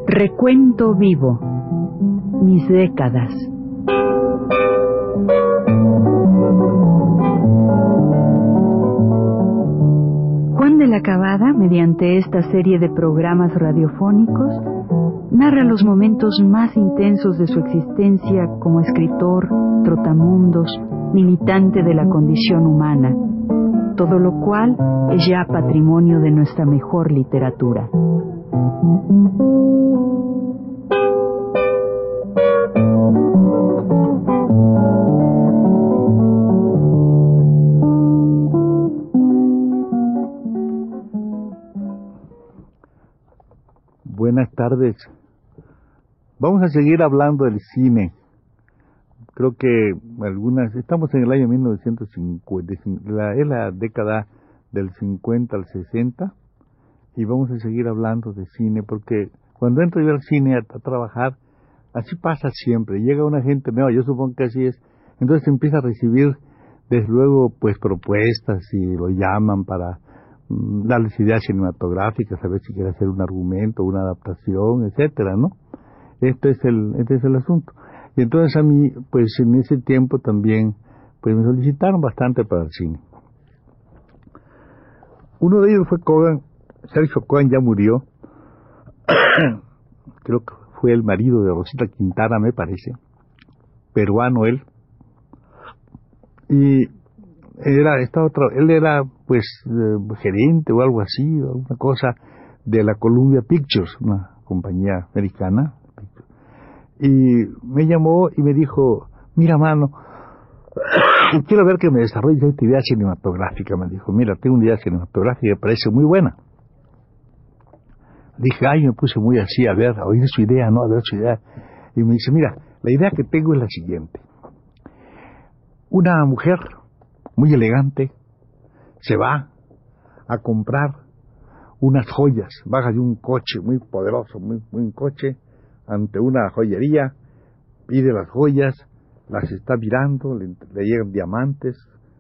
Recuento vivo. Mis décadas. Juan de la Cabada, mediante esta serie de programas radiofónicos, narra los momentos más intensos de su existencia como escritor, trotamundos, militante de la condición humana, todo lo cual es ya patrimonio de nuestra mejor literatura. Buenas tardes. Vamos a seguir hablando del cine. Creo que estamos en el año 1950, es la década del 50 al 60, y vamos a seguir hablando de cine, porque cuando entro yo al cine a trabajar, así pasa siempre, llega una gente nueva, yo supongo que así es, entonces empieza a recibir, desde luego, pues propuestas, y lo llaman para darles ideas cinematográficas, a ver si quiere hacer un argumento, una adaptación, etcétera, ¿no? Este es el asunto. Y entonces a mí, pues en ese tiempo también, pues me solicitaron bastante para el cine. Uno de ellos fue Cogan, Sergio Cogan ya murió, creo que fue el marido de Rosita Quintana, me parece, peruano él, y él era pues gerente o algo así, alguna cosa de la Columbia Pictures, una compañía americana, y me llamó y me dijo, mira mano, quiero ver que me desarrolles esta idea cinematográfica. Me dijo, mira, tengo una idea cinematográfica que me parece muy buena. Dije, me puse muy así, a oír su idea, ¿no? A ver su idea. Y me dice, mira, la idea que tengo es la siguiente. Una mujer muy elegante se va a comprar unas joyas, baja de un coche muy poderoso, muy un coche, ante una joyería, pide las joyas, las está mirando, le llegan diamantes,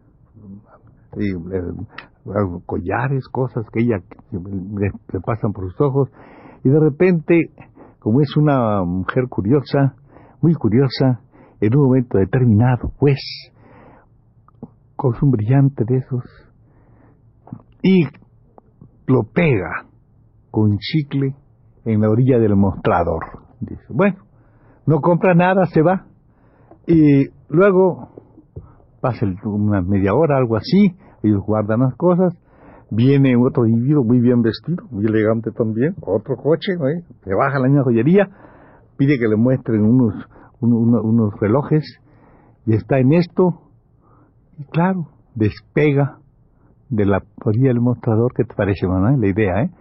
collares, cosas que ella le pasan por sus ojos, y de repente, como es una mujer curiosa, muy curiosa, en un momento determinado, pues, con un brillante de esos, y lo pega con chicle en la orilla del mostrador. Dice, bueno, no compra nada, se va, y luego pasa una media hora, algo así, ellos guardan las cosas, viene otro individuo muy bien vestido, muy elegante también, otro coche, se baja a la misma joyería, pide que le muestren unos relojes, y está en esto, y claro, despega de la orilla del mostrador. ¿Qué te parece, Manuel? La idea,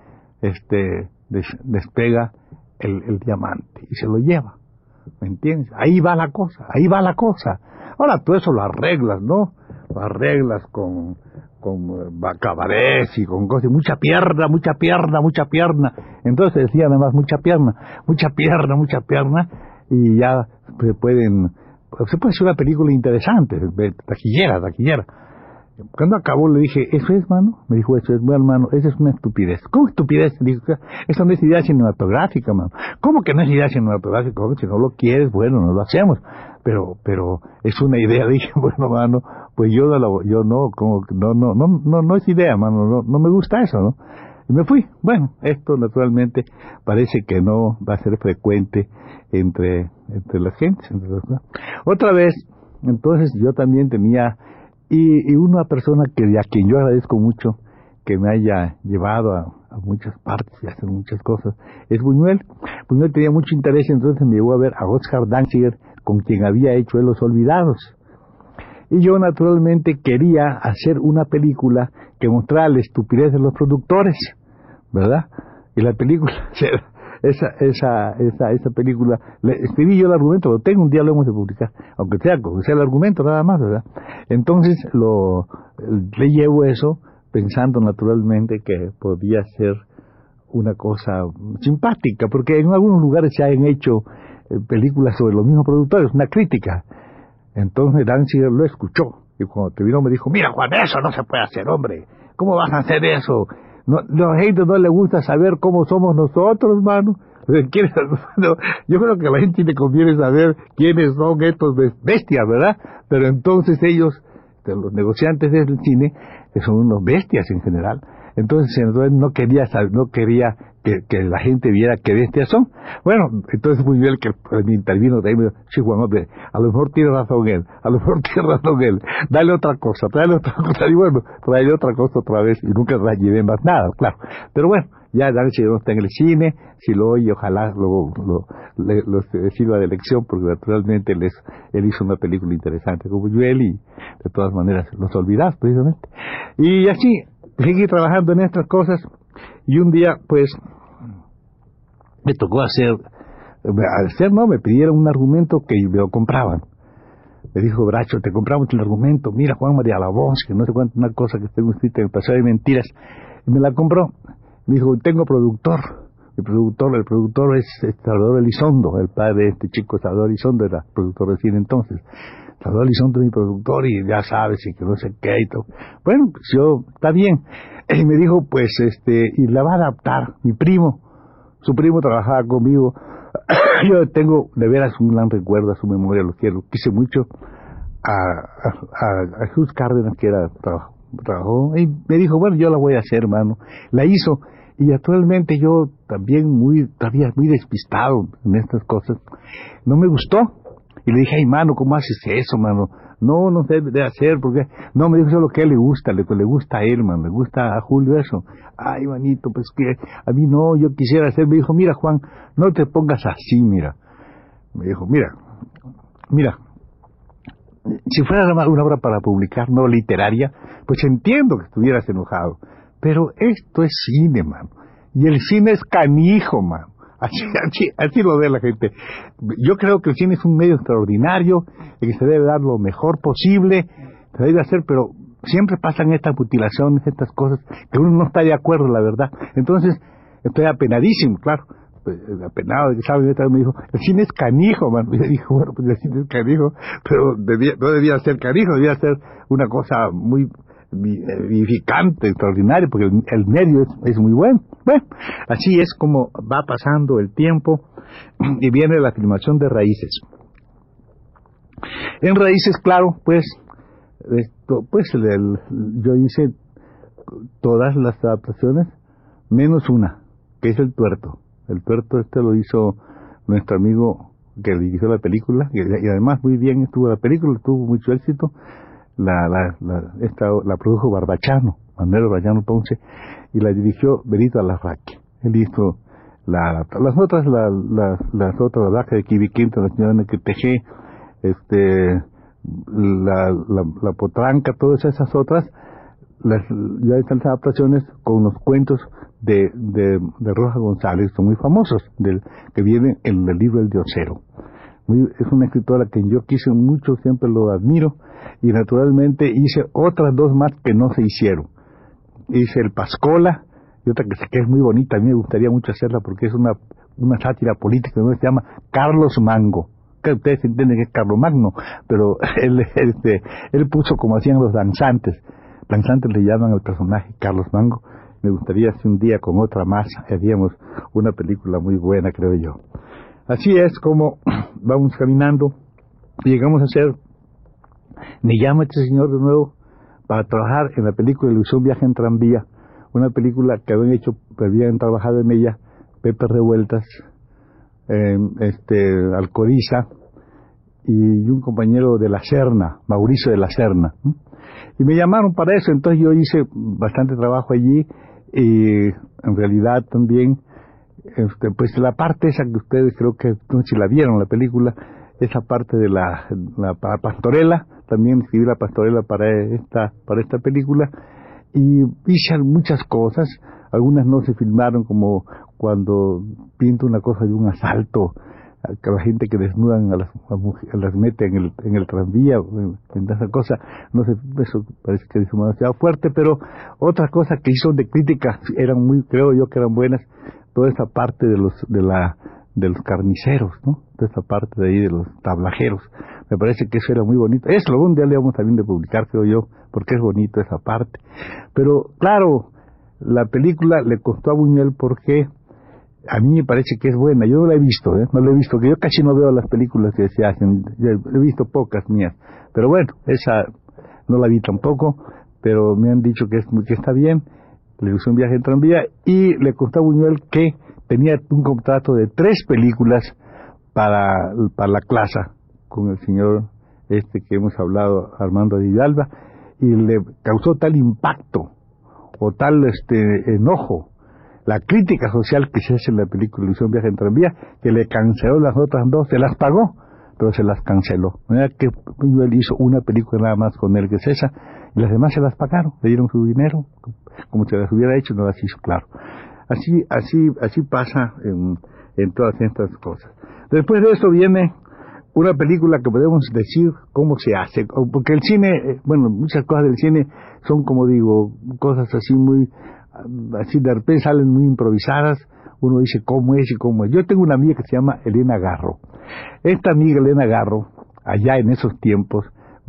despega el diamante y se lo lleva, ¿me entiendes? Ahí va la cosa. Ahora tú eso lo arreglas, ¿no? Lo arreglas con cabarets y con cosas, mucha pierna. Entonces decía nada más mucha pierna, y ya se puede hacer una película interesante, taquillera. Cuando acabó le dije, ¿eso es, mano? Me dijo, eso es, bueno, mano, esa es una estupidez. ¿Cómo estupidez? Le dije, eso no es idea cinematográfica, mano. ¿Cómo que no es idea cinematográfica? Si no lo quieres, bueno, no lo hacemos. Pero es una idea. Dije, bueno, mano, pues no es idea, mano, no me gusta eso, ¿no? Y me fui. Bueno, esto naturalmente parece que no va a ser frecuente entre las gentes. Otra vez, entonces yo también tenía, y una persona a quien yo agradezco mucho que me haya llevado a muchas partes y a hacer muchas cosas, es Buñuel. Buñuel tenía mucho interés, entonces me llevó a ver a Oscar Danziger, con quien había hecho él Los Olvidados. Y yo naturalmente quería hacer una película que mostrara la estupidez de los productores, ¿verdad? Y la película, esa película, escribí yo el argumento, lo tengo, un día lo hemos de publicar, aunque sea el argumento nada más, ¿verdad? Entonces le llevo eso, pensando naturalmente que podía ser una cosa simpática, porque en algunos lugares se han hecho películas sobre los mismos productores, una crítica. Entonces Danziger lo escuchó, y cuando terminó me dijo, mira Juan, eso no se puede hacer, hombre, ¿cómo vas a hacer eso? No, a la gente no le gusta saber cómo somos nosotros, mano. ¿Quiénes? No, yo creo que a la gente le conviene saber quiénes son estos bestias, ¿verdad? Pero entonces ellos, los negociantes del cine, que son unos bestias en general, entonces no quería que la gente viera qué bestias son. Bueno, entonces muy bien que me intervino de ahí, me dijo, sí, Juan, hombre, a lo mejor tiene razón él, dale otra cosa, y bueno, trae otra cosa otra vez, y nunca llevé más nada, claro. Pero bueno, ya si no está en el cine, si lo oye, ojalá lo sirva de lección, porque naturalmente él hizo una película interesante como yo, y de todas maneras los olvidas precisamente. Y así, seguí trabajando en estas cosas, y un día, pues, me tocó me pidieron un argumento que me lo compraban. Me dijo Bracho, te compramos el argumento, mira Juan María Labons, que no sé cuánto, una cosa que tengo escrita en el pasado de mentiras, y me la compró. Me dijo, tengo productor. El productor es Salvador Elizondo, el padre de este chico. Salvador Elizondo era productor de cine entonces. Salvador Elizondo es mi productor, y ya sabes, y que no sé qué y todo. Bueno, pues está bien. Y me dijo, pues, y la va a adaptar mi primo. Su primo trabajaba conmigo. Yo tengo de veras un gran recuerdo a su memoria, lo quiero. Quise mucho a Jesús Cárdenas, que trabajó, y me dijo, bueno, yo la voy a hacer, hermano. La hizo. Y actualmente yo también todavía muy despistado en estas cosas. No me gustó. Y le dije, ay, mano, ¿cómo haces eso, mano? No se debe de hacer, porque... No, me dijo eso lo que a él le gusta, le gusta a él, man, le gusta a Julio eso. Ay, manito, pues que a mí no, yo quisiera hacer. Me dijo, mira, Juan, no te pongas así, mira. Me dijo, mira, si fuera una obra para publicar, no literaria, pues entiendo que estuvieras enojado. Pero esto es cine, mano. Y el cine es canijo, mano. Así lo ve la gente. Yo creo que el cine es un medio extraordinario, en que se debe dar lo mejor posible, se debe hacer, pero siempre pasan estas mutilaciones, estas cosas, que uno no está de acuerdo, la verdad. Entonces, estoy apenadísimo, claro. Apenado de que sabe, me dijo, el cine es canijo, man. Y yo dije, bueno, pues el cine es canijo, pero no debía ser canijo, debía ser una cosa muy vivificante, extraordinario, porque el medio es muy bueno. Bueno, así es como va pasando el tiempo y viene la filmación de Raíces. En Raíces, claro, pues yo hice todas las adaptaciones menos una, que es El Tuerto. El Tuerto lo hizo nuestro amigo que dirigió la película, y además muy bien estuvo la película, tuvo mucho éxito. La produjo Barbachano, Manuel Barbachano Ponce, y la dirigió Benito Alarraqui. Él hizo las otras, la Vaca de Quibiquinto, la señora Nequetejé, la Potranca, todas esas otras, ya están las adaptaciones con los cuentos de Rojas González, son muy famosos, que vienen en el libro El Diosero. Es una escritora que yo quise mucho, siempre lo admiro, y naturalmente hice otras dos más que no se hicieron. Hice El Pascola, y otra que es muy bonita, a mí me gustaría mucho hacerla porque es una sátira política, ¿no? Se llama Carlos Mango. Que ustedes entienden que es Carlos Magno, pero él puso como hacían los danzantes le llaman al personaje Carlos Mango. Me gustaría si un día con otra más haríamos una película muy buena, creo yo. Así es como vamos caminando y llegamos a hacer, me llama este señor de nuevo para trabajar en la película Ilusión Viaje en Tranvía, una película que habían trabajado en ella Pepe Revueltas, Alcoriza y un compañero de la Serna, Mauricio de la Serna, y me llamaron para eso. Entonces yo hice bastante trabajo allí, y en realidad también pues la parte esa que ustedes creo que no sé si la vieron la película, esa parte de la pastorela, también escribí la pastorela para esta película, y hice muchas cosas. Algunas no se filmaron, como cuando pinto una cosa de un asalto, que la gente que desnudan a las mete en el tranvía, en esa cosa, no sé, eso parece que es demasiado fuerte, pero otras cosas que hizo de crítica creo yo que eran buenas. Toda esa parte de los carniceros, ¿no? Toda esa parte de ahí de los tablajeros, me parece que eso era muy bonito. Eso algún día le vamos también de publicar, creo yo, porque es bonito esa parte. Pero claro, la película le costó a Buñuel porque A mí me parece que es buena. Yo no la he visto, no la he visto, que yo casi no veo las películas que se hacen. He visto pocas mías. Pero bueno, esa no la vi tampoco, pero me han dicho que está bien. Le hizo un viaje en tranvía y le contó a Buñuel que tenía un contrato de 3 películas para la clase con el señor que hemos hablado, Armando Vidalba, y le causó tal impacto o tal enojo la crítica social que se hace en la película Le hizo un viaje en tranvía, que le canceló las otras 2, se las pagó, pero se las canceló. De manera que Buñuel hizo una película nada más con él, que es esa, y las demás se las pagaron, le dieron su dinero, como se las hubiera hecho, no las hizo, claro. Así pasa en todas estas cosas. Después de eso viene una película que podemos decir cómo se hace, porque el cine, muchas cosas del cine son, como digo, cosas así así de repente salen muy improvisadas, uno dice cómo es y cómo es. Yo tengo una amiga que se llama Elena Garro. Esta amiga Elena Garro, allá en esos tiempos,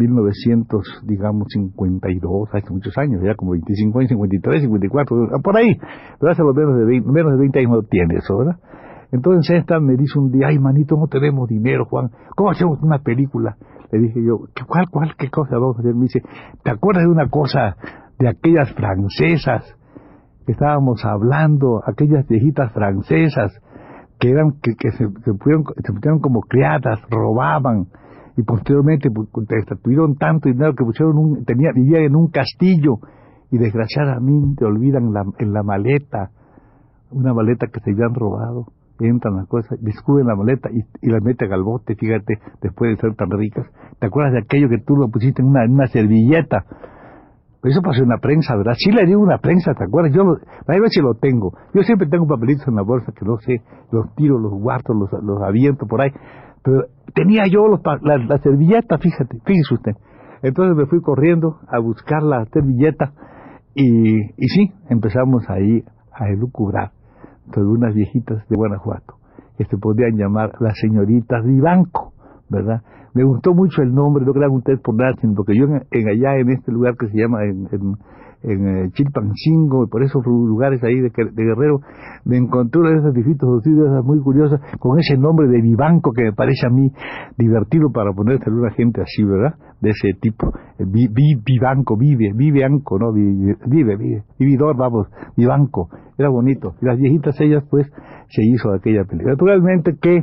1952, hace muchos años, ya como 25 años, 53, 54, por ahí, pero hace menos de 20 años no tiene eso, ¿verdad? Entonces esta me dice un día, ay manito, no tenemos dinero, Juan, ¿cómo hacemos una película? Le dije yo, ¿qué cosa vamos a hacer? Me dice, ¿te acuerdas de una cosa de aquellas francesas que estábamos hablando, aquellas viejitas francesas que se pusieron como criadas, robaban, y posteriormente tuvieron tanto dinero que vivían en un castillo, y desgraciadamente olvidan en la maleta, una maleta que se habían robado, entran las cosas, descubren la maleta y la meten al bote, fíjate, después de ser tan ricas. ¿Te acuerdas de aquello que tú lo pusiste en una servilleta? Eso pasó en la prensa, ¿verdad? Sí le digo una prensa, ¿te acuerdas? A ver si lo tengo. Yo siempre tengo papelitos en la bolsa que no sé, los tiro, los guardo, los aviento por ahí. Pero tenía yo la servilleta, fíjese usted. Entonces me fui corriendo a buscar la servilleta y sí, empezamos ahí a elucubrar sobre unas viejitas de Guanajuato que se podían llamar las señoritas Vivanco, ¿verdad? Me gustó mucho el nombre, no crean ustedes por nada, sino porque yo allá en este lugar que se llama en Chilpancingo, y por esos lugares ahí de Guerrero, me encontré una de esas viejitas así, de esas muy curiosas, con ese nombre de Vivanco que me parece a mí divertido para ponérselo a una gente así, ¿verdad? De ese tipo, Vivanco, Vivanco, ¿no? Vividor, vamos, Vivanco, era bonito. Y las viejitas ellas, pues, se hizo aquella película. Naturalmente que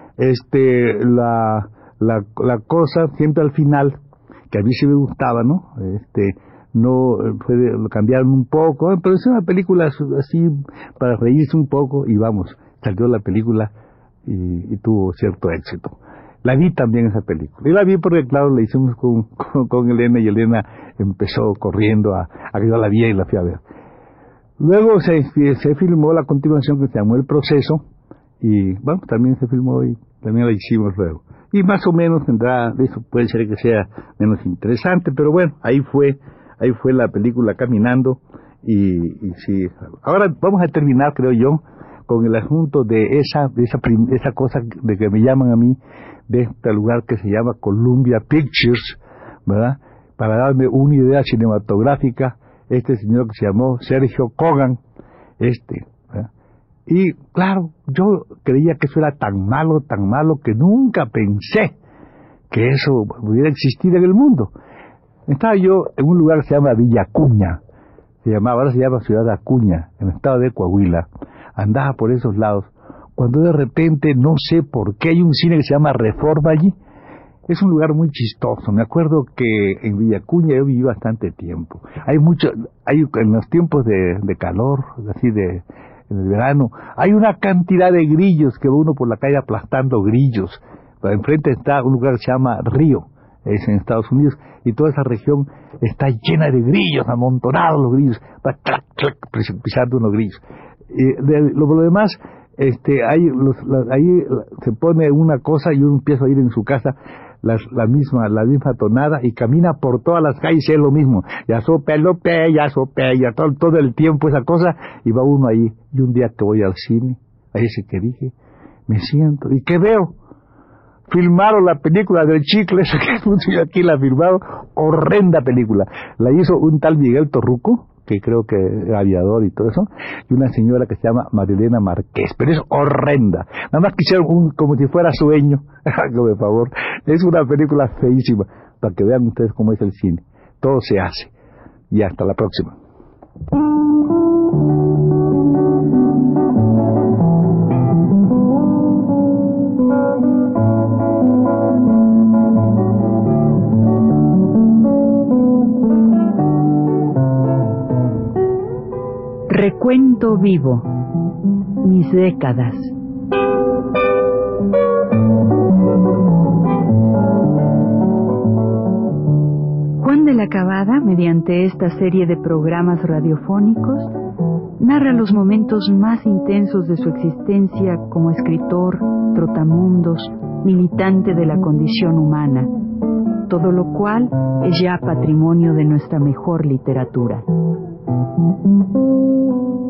la cosa siempre al final, que a mí sí me gustaba, ¿no? Lo cambiaron un poco, pero es una película así para reírse un poco y vamos, salió la película y tuvo cierto éxito. La vi también esa película, y la vi porque claro, la hicimos con Elena, y Elena empezó corriendo a que yo la vi y la fui a ver. Luego se filmó la continuación que se llamó El Proceso, y bueno, también se filmó y también la hicimos luego. Y más o menos tendrá, eso puede ser que sea menos interesante, pero bueno, ahí fue la película caminando, y sí. Ahora vamos a terminar, creo yo, con el asunto de esa cosa de que me llaman a mí, de este lugar que se llama Columbia Pictures, ¿verdad? Para darme una idea cinematográfica, este señor que se llamó Sergio Kogan, ¿verdad? Y claro, yo creía que eso era tan malo, que nunca pensé que eso pudiera existir en el mundo. Estaba yo en un lugar que se llama Villa Acuña, ahora se llama Ciudad de Acuña, en el estado de Coahuila. Andaba por esos lados, cuando de repente, no sé por qué, hay un cine que se llama Reforma allí. Es un lugar muy chistoso. Me acuerdo que en Villa Acuña yo viví bastante tiempo. En los tiempos de calor, así en el verano, hay una cantidad de grillos que va uno por la calle aplastando grillos. Enfrente está un lugar que se llama Río, es en Estados Unidos, y toda esa región está llena de grillos, amontonados los grillos, va clac, clac, pisando unos grillos. Por lo demás, ahí se pone una cosa y uno empieza a ir en su casa la misma tonada, y camina por todas las calles y es lo mismo, ya todo el tiempo esa cosa, y va uno ahí. Y un día que voy al cine, a ese que dije, me siento, ¿y qué veo? Filmaron la película del chicle, esa que aquí la filmaron, horrenda película. La hizo un tal Miguel Torruco, que creo que era aviador y todo eso, y una señora que se llama Marilena Márquez, pero es horrenda. Nada más quisieron como si fuera sueño. Hágame favor. Es una película feísima, para que vean ustedes cómo es el cine. Todo se hace. Y hasta la próxima. Recuento vivo. Mis décadas. Juan de la Cabada, mediante esta serie de programas radiofónicos, narra los momentos más intensos de su existencia como escritor, trotamundos, militante de la condición humana, todo lo cual es ya patrimonio de nuestra mejor literatura.